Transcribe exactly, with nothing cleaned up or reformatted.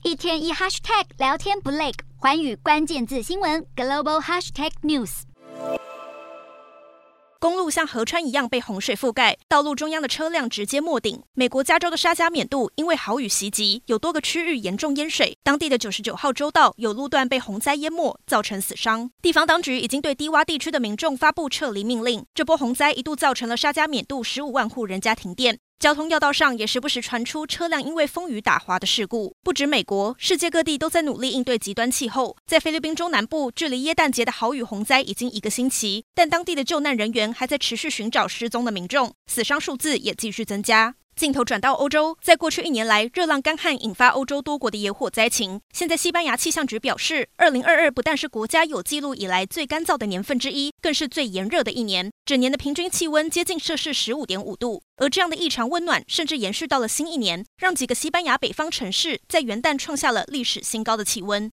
一天一 hashtag 聊天不累，寰宇关键字新闻 global hashtag news。 公路像河川一样被洪水覆盖，道路中央的车辆直接没顶。美国加州的沙加缅度因为豪雨袭击，有多个区域严重淹水，当地的九十九号州道有路段被洪灾淹没，造成死伤。地方当局已经对低洼地区的民众发布撤离命令。这波洪灾一度造成了沙加缅度十五万户人家停电。交通要道上也时不时传出车辆因为风雨打滑的事故。不止美国，世界各地都在努力应对极端气候。在菲律宾中南部，距离耶诞节的豪雨洪灾已经一个星期，但当地的救难人员还在持续寻找失踪的民众，死伤数字也继续增加。镜头转到欧洲，在过去一年来，热浪干旱引发欧洲多国的野火灾情。现在西班牙气象局表示，二零二二不但是国家有记录以来最干燥的年份之一，更是最炎热的一年。整年的平均气温接近摄氏 十五点五度，而这样的异常温暖甚至延续到了新一年，让几个西班牙北方城市在元旦创下了历史新高的气温。